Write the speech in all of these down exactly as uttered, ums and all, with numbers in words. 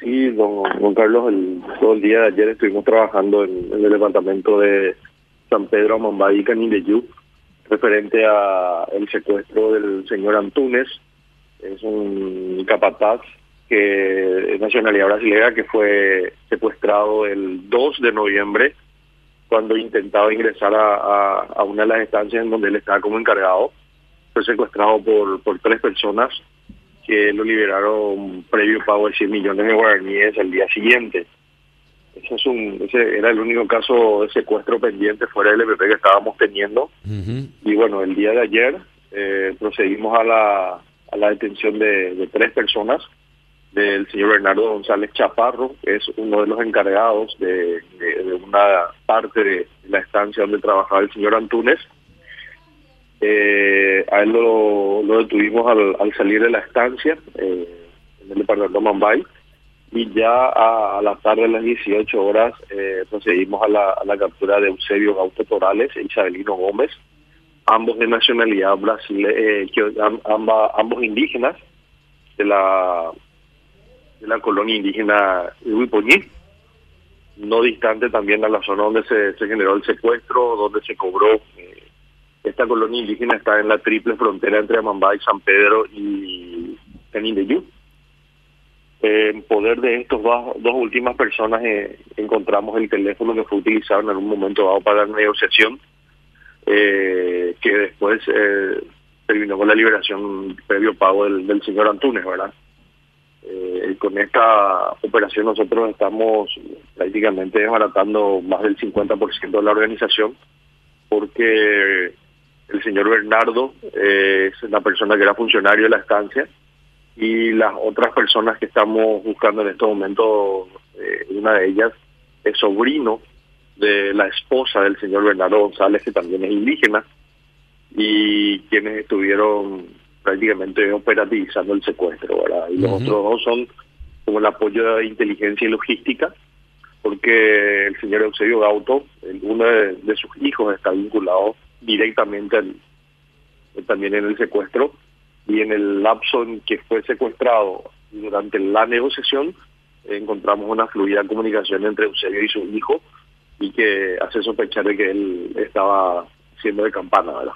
Sí, don, don Carlos, el, todo el día de ayer estuvimos trabajando en, en el departamento de San Pedro, Amambay y Canindeyú, referente a el secuestro del señor Antúnez. Es un capataz que es nacionalidad brasileña, que fue secuestrado el dos de noviembre cuando intentaba ingresar a, a, a una de las estancias en donde él estaba como encargado. Fue secuestrado por, por tres personas que lo liberaron previo pago de cien millones de guaraníes al día siguiente. Ese, es un, ese era el único caso de secuestro pendiente fuera del E P P que estábamos teniendo. Uh-huh. Y bueno, el día de ayer eh, procedimos a la, a la detención de, de tres personas, del señor Bernardo González Chaparro, que es uno de los encargados de, de, de una parte de la estancia donde trabajaba el señor Antúnez. Eh, a él lo, lo detuvimos al, al salir de la estancia eh, en el departamento de Amambay, y ya a, a la tarde, a las dieciocho horas, eh, procedimos a la, a la captura de Eusebio Gauto Torales e Isabelino Gómez, ambos de nacionalidad brasileña, eh, ambas, ambos indígenas de la de la colonia indígena Huipoñí, no distante también a la zona donde se, se generó el secuestro, donde se cobró. Eh, esta colonia indígena está en la triple frontera entre Amambay, San Pedro y Canindeyú. Eh, en poder de estos dos, dos últimas personas eh, encontramos el teléfono que fue utilizado en algún momento dado para la negociación, eh, que después eh, terminó con la liberación previo pago del, del señor Antúnez, ¿verdad? Eh, con esta operación nosotros estamos prácticamente desbaratando más del cincuenta por ciento de la organización, porque el señor Bernardo eh, es la persona que era funcionario de la estancia, y las otras personas que estamos buscando en estos momentos, eh, una de ellas es sobrino de la esposa del señor Bernardo González, que también es indígena, y quienes estuvieron prácticamente operativizando el secuestro, ¿verdad? Y los uh-huh. otros dos son como el apoyo de inteligencia y logística, porque el señor Eusebio Gauto, uno de, de sus hijos, está vinculado directamente al, también en el secuestro, y en el lapso en que fue secuestrado durante la negociación eh, encontramos una fluida comunicación entre Eusebio y su hijo, y que hace sospechar de que él estaba siendo de campana, ¿verdad?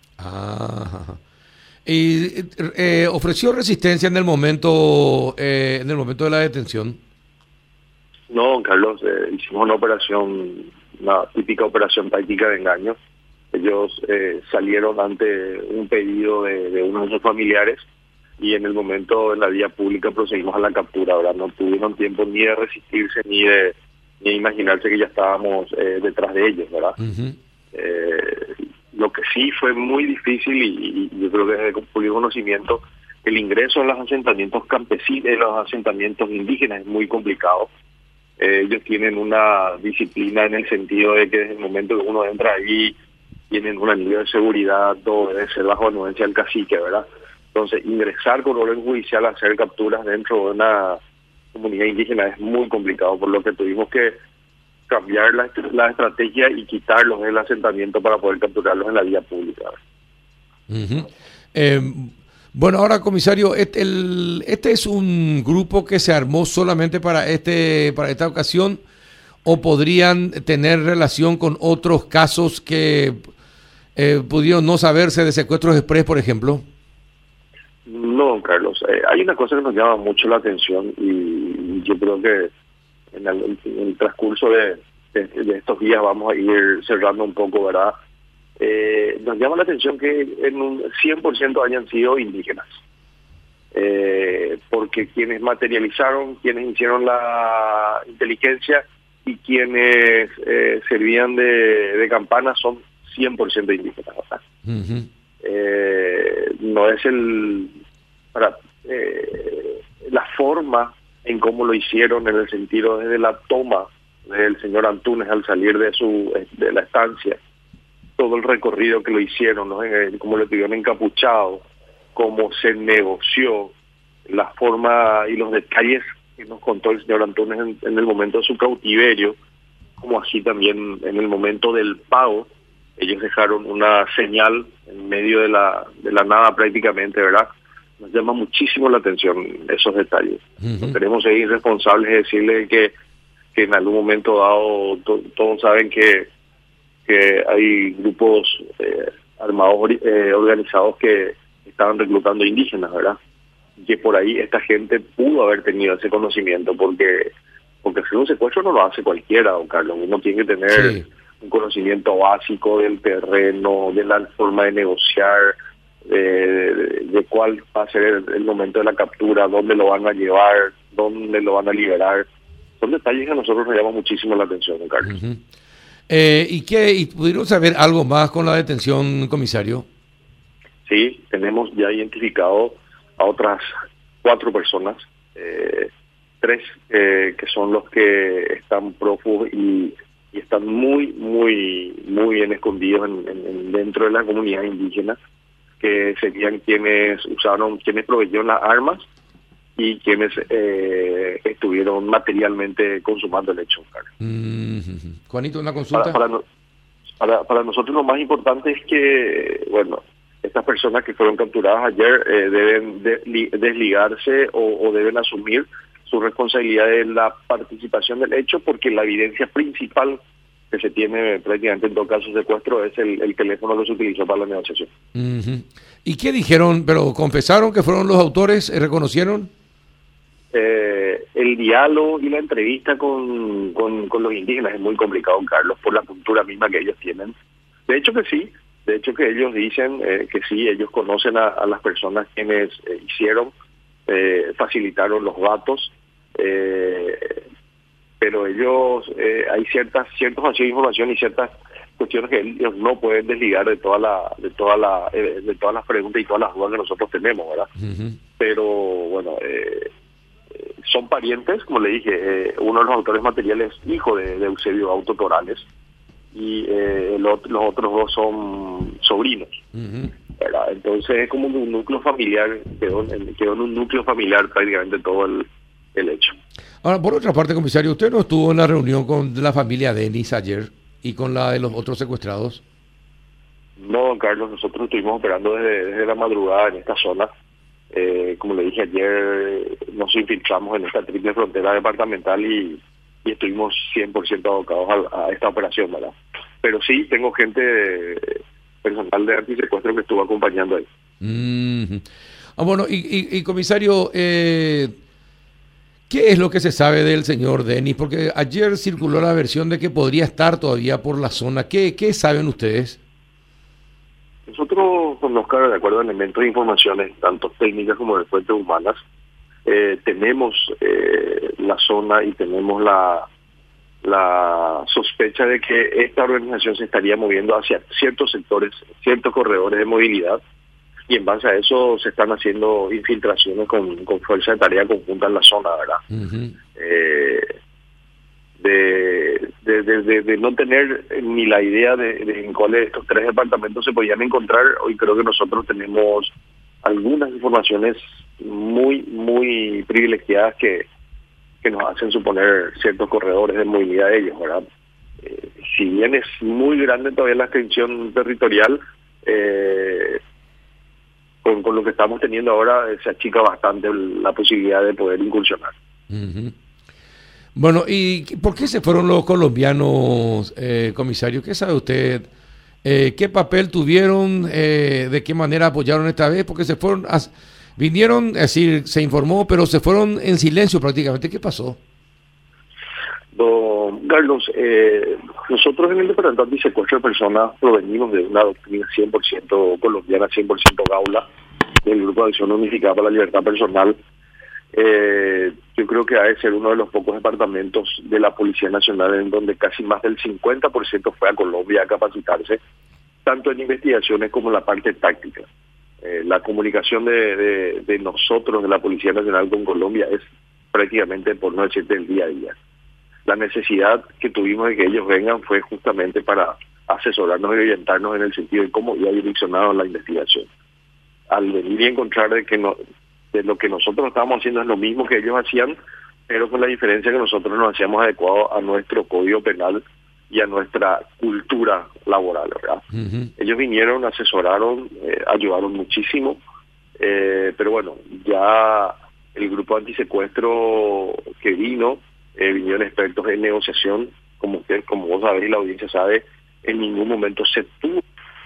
Ah, y eh, ofreció resistencia en el momento eh, en el momento de la detención. No, don Carlos, eh, hicimos una operación, una típica operación táctica de engaño. Ellos eh, salieron ante un pedido de, de uno de sus familiares, y en el momento en la vía pública procedimos a la captura, ¿verdad? No tuvieron tiempo ni de resistirse ni de, ni de imaginarse que ya estábamos eh, detrás de ellos, ¿verdad? Uh-huh. Eh, lo que sí fue muy difícil, y, y yo creo que desde público conocimiento, el ingreso a los asentamientos campesinos, en los asentamientos indígenas es muy complicado. Eh, ellos tienen una disciplina en el sentido de que desde el momento que uno entra ahí tienen un nivel de seguridad, todo debe ser bajo anuencia del cacique, ¿verdad? Entonces, ingresar con orden judicial a hacer capturas dentro de una comunidad indígena es muy complicado, por lo que tuvimos que cambiar la, la estrategia y quitarlos del asentamiento para poder capturarlos en la vía pública. Uh-huh. Eh, bueno, ahora, comisario, este, el, este es un grupo que se armó solamente para este para esta ocasión, ¿o podrían tener relación con otros casos que eh, pudieron no saberse de secuestros express, por ejemplo? No, Carlos, eh, hay una cosa que nos llama mucho la atención, y yo creo que en el, en el transcurso de, de, de estos días vamos a ir cerrando un poco, ¿verdad? Eh, nos llama la atención que en un cien por ciento hayan sido indígenas, eh, porque quienes materializaron, quienes hicieron la inteligencia y quienes eh, servían de, de campana son cien por ciento indígenas, ¿verdad? Uh-huh. Eh, no es el para eh, la forma en cómo lo hicieron, en el sentido desde la toma del señor Antúnez al salir de su de la estancia, todo el recorrido que lo hicieron, ¿no? Eh, cómo lo tuvieron encapuchado, cómo se negoció, la forma y los detalles que nos contó el señor Antúnez en, en el momento de su cautiverio, como así también en el momento del pago. Ellos dejaron una señal en medio de la de la nada prácticamente, ¿verdad?, nos llama muchísimo la atención esos detalles. Uh-huh. No queremos ser irresponsables y decirle que, que en algún momento dado to, todos saben que, que hay grupos eh, armados eh, organizados que estaban reclutando indígenas, ¿verdad? Y que por ahí esta gente pudo haber tenido ese conocimiento, porque porque hacer un secuestro no lo hace cualquiera, don Carlos. Uno tiene que tener sí. un conocimiento básico del terreno, de la forma de negociar, de, de, de cuál va a ser el, el momento de la captura, dónde lo van a llevar, dónde lo van a liberar. Son detalles que a nosotros nos llaman muchísimo la atención, don Carlos. Uh-huh. eh, ¿Y qué? ¿Y pudieron saber algo más con la detención, comisario? Sí, tenemos ya identificado a otras cuatro personas, eh, tres eh, que son los que están prófugos y, y están muy, muy, muy bien escondidos en, en, dentro de la comunidad indígena, que serían quienes usaron, quienes proveyeron las armas y quienes eh, estuvieron materialmente consumando el hecho. Mm-hmm. Juanito, una consulta. Para, para, para, para nosotros lo más importante es que, bueno, estas personas que fueron capturadas ayer eh, deben de, desligarse o, o deben asumir su responsabilidad en la participación del hecho, porque la evidencia principal que se tiene prácticamente en todo caso secuestro es el, el teléfono que se utilizó para la negociación. Uh-huh. ¿Y qué dijeron? ¿Pero confesaron que fueron los autores? ¿Reconocieron? Eh, el diálogo y la entrevista con, con, con los indígenas es muy complicado, Carlos, por la cultura misma que ellos tienen. De hecho que sí, de hecho que ellos dicen eh, que sí, ellos conocen a, a las personas quienes eh, hicieron, eh, facilitaron los datos, eh, pero ellos, eh, hay ciertas ciertos vacíos de información y ciertas cuestiones que ellos no pueden desligar de toda la de toda la eh, de todas las preguntas y todas las dudas que nosotros tenemos, ¿verdad? Uh-huh. Pero bueno, eh, son parientes, como le dije, eh, uno de los autores materiales es hijo de, de Eusebio Auto Torales y eh, el otro, los otros dos son sobrinos, uh-huh. ¿verdad? Entonces es como un núcleo familiar, quedó en, quedó en un núcleo familiar prácticamente todo el, el hecho. Ahora, por otra parte, comisario, ¿usted no estuvo en la reunión con la familia Denis ayer y con la de los otros secuestrados? No, don Carlos, nosotros estuvimos operando desde, desde la madrugada en esta zona. Eh, como le dije ayer, nos infiltramos en esta triple frontera departamental y, y estuvimos cien por ciento abocados a, a esta operación, ¿verdad? Pero sí, tengo gente personal de antisecuestro que estuvo acompañando ahí. Mm-hmm. Ah, bueno, y, y, y comisario, eh, ¿qué es lo que se sabe del señor Denis? Porque ayer circuló la versión de que podría estar todavía por la zona. ¿Qué, qué saben ustedes? Nosotros, con Oscar, de acuerdo a elementos de informaciones, tanto técnicas como de fuentes humanas, eh, tenemos eh, la zona y tenemos la, la sospecha de que esta organización se estaría moviendo hacia ciertos sectores, ciertos corredores de movilidad, y en base a eso se están haciendo infiltraciones con, con fuerza de tarea conjunta en la zona, ¿verdad? Uh-huh. Eh, de, de, de, de, de no tener ni la idea de, de en cuáles de estos tres departamentos se podían encontrar, hoy creo que nosotros tenemos algunas informaciones muy, muy privilegiadas que, que nos hacen suponer ciertos corredores de movilidad de ellos, ¿verdad? Eh, si bien es muy grande todavía la extensión territorial, eh, con, con lo que estamos teniendo ahora eh, se achica bastante la posibilidad de poder incursionar. Uh-huh. Bueno, ¿y por qué se fueron los colombianos, eh, comisario? ¿Qué sabe usted? Eh, ¿Qué papel tuvieron? Eh, ¿De qué manera apoyaron esta vez? Porque se fueron, a, vinieron, es decir, se informó, pero se fueron en silencio prácticamente. ¿Qué pasó? Don Carlos, eh, nosotros en el Departamento Antisecuestro de Personas provenimos de una doctrina cien por ciento colombiana, cien por ciento gaula, del Grupo de Acción Unificada para la Libertad Personal. Eh, yo creo que ha de ser uno de los pocos departamentos de la Policía Nacional en donde casi más del cincuenta por ciento fue a Colombia a capacitarse, tanto en investigaciones como en la parte táctica. Eh, la comunicación de, de, de nosotros, de la Policía Nacional con Colombia, es prácticamente, por no decir, del día a día. La necesidad que tuvimos de que ellos vengan fue justamente para asesorarnos y orientarnos en el sentido de cómo iba direccionado la investigación. Al venir y encontrar de que no... de lo que nosotros estábamos haciendo es lo mismo que ellos hacían, pero con la diferencia que nosotros nos hacíamos adecuado a nuestro código penal y a nuestra cultura laboral, ¿verdad? Uh-huh. Ellos vinieron, asesoraron, eh, ayudaron muchísimo, Eh, pero bueno, ya el grupo antisecuestro que vino, eh, vinieron expertos en negociación, como usted, como vos sabés y la audiencia sabe, en ningún momento se tuvo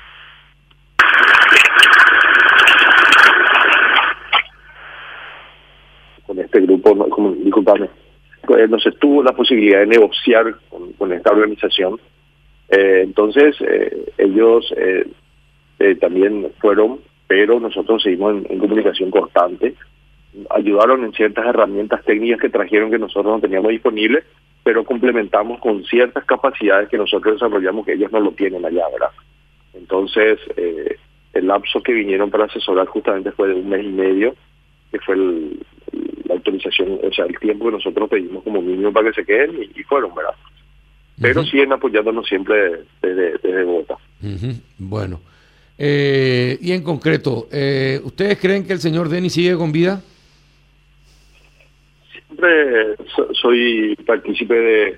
con este grupo, no, como, disculpame, no se tuvo la posibilidad de negociar con, con esta organización. Eh, entonces, eh, ellos eh, eh, también fueron, pero nosotros seguimos en, en comunicación constante. Ayudaron en ciertas herramientas técnicas que trajeron que nosotros no teníamos disponibles, pero complementamos con ciertas capacidades que nosotros desarrollamos que ellos no lo tienen allá, ¿verdad? Entonces, eh, el lapso que vinieron para asesorar justamente fue de un mes y medio, que fue el, la autorización, o sea, el tiempo que nosotros pedimos como mínimo para que se queden, y, y fueron, ¿verdad? Pero uh-huh. siguen apoyándonos siempre desde, desde Bogotá. Uh-huh. Bueno. Eh, y en concreto, eh, ¿ustedes creen que el señor Denis sigue con vida? Siempre so, soy partícipe de,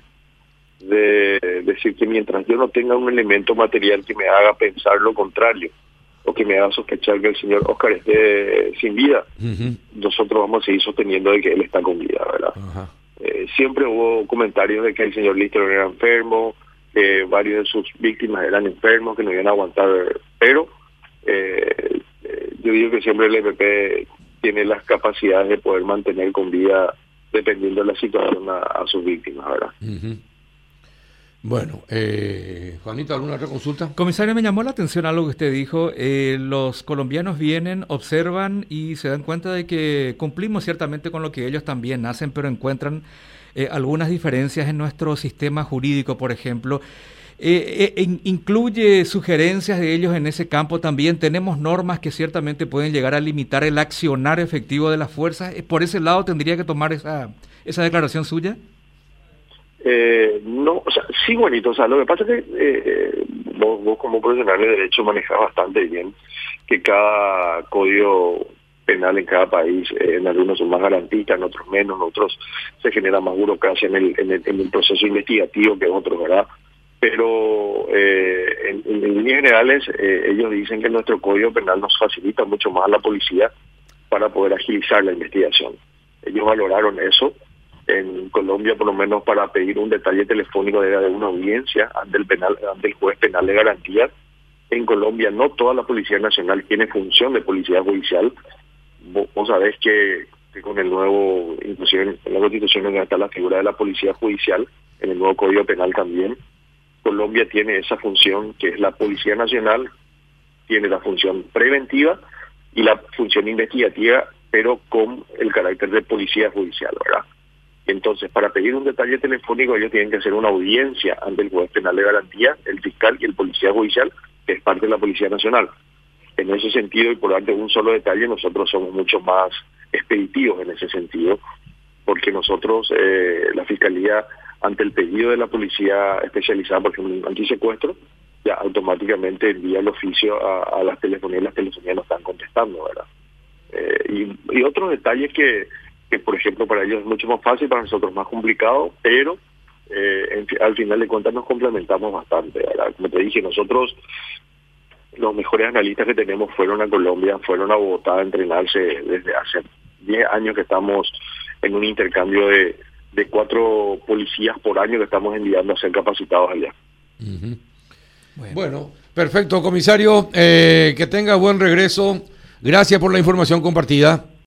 de decir que mientras yo no tenga un elemento material que me haga pensar lo contrario, o que me haga sospechar que el señor Oscar esté sin vida, uh-huh. nosotros vamos a seguir sosteniendo de que él está con vida, ¿verdad? Uh-huh. Eh, siempre hubo comentarios de que el señor Lister era enfermo, que varios de sus víctimas eran enfermos, que no iban a aguantar, pero eh, eh, yo digo que siempre el E P P tiene las capacidades de poder mantener con vida dependiendo de la situación a, a sus víctimas, ¿verdad? Uh-huh. Bueno, eh, Juanito, ¿alguna otra consulta? Comisario, me llamó la atención algo que usted dijo. Eh, los colombianos vienen, observan y se dan cuenta de que cumplimos ciertamente con lo que ellos también hacen, pero encuentran eh, algunas diferencias en nuestro sistema jurídico, por ejemplo. Eh, eh, in, ¿Incluye sugerencias de ellos en ese campo también? ¿Tenemos normas que ciertamente pueden llegar a limitar el accionar efectivo de las fuerzas? ¿Por ese lado tendría que tomar esa, esa declaración suya? Eh, no, o sea, sí, bonito, o sea, lo que pasa es que eh, vos, vos como profesional de derecho manejás bastante bien que cada código penal en cada país, eh, en algunos son más garantistas, en otros menos, en otros se genera más burocracia en el, en el, en el proceso investigativo que en otros, ¿verdad? Pero eh, en, en, en líneas generales eh, ellos dicen que nuestro código penal nos facilita mucho más a la policía para poder agilizar la investigación. Ellos valoraron eso. En Colombia, por lo menos para pedir un detalle telefónico de una audiencia ante el penal, ante el juez penal de garantía. En Colombia no toda la Policía Nacional tiene función de policía judicial. Vos, vos sabés que, que con el nuevo, inclusive en la Constitución está la figura de la policía judicial, en el nuevo Código Penal también. Colombia tiene esa función que es la Policía Nacional, tiene la función preventiva y la función investigativa, pero con el carácter de policía judicial, ¿verdad? Entonces, para pedir un detalle telefónico, ellos tienen que hacer una audiencia ante el juez penal de garantía, el fiscal y el policía judicial, que es parte de la Policía Nacional. En ese sentido, y por darte un solo detalle, nosotros somos mucho más expeditivos en ese sentido, porque nosotros, eh, la Fiscalía, ante el pedido de la policía especializada, por ejemplo, en antisecuestro, ya automáticamente envía el oficio a, a las telefonías, y las telefonías no están contestando, ¿verdad? Eh, y, y otros detalles que... que por ejemplo para ellos es mucho más fácil, para nosotros más complicado, pero eh, en, al final de cuentas nos complementamos bastante, ¿verdad? Como te dije, nosotros los mejores analistas que tenemos fueron a Colombia, fueron a Bogotá a entrenarse desde hace diez años que estamos en un intercambio de, de cuatro policías por año que estamos enviando a ser capacitados allá. Uh-huh. Bueno. bueno, perfecto, comisario, eh, que tenga buen regreso, gracias por la información compartida.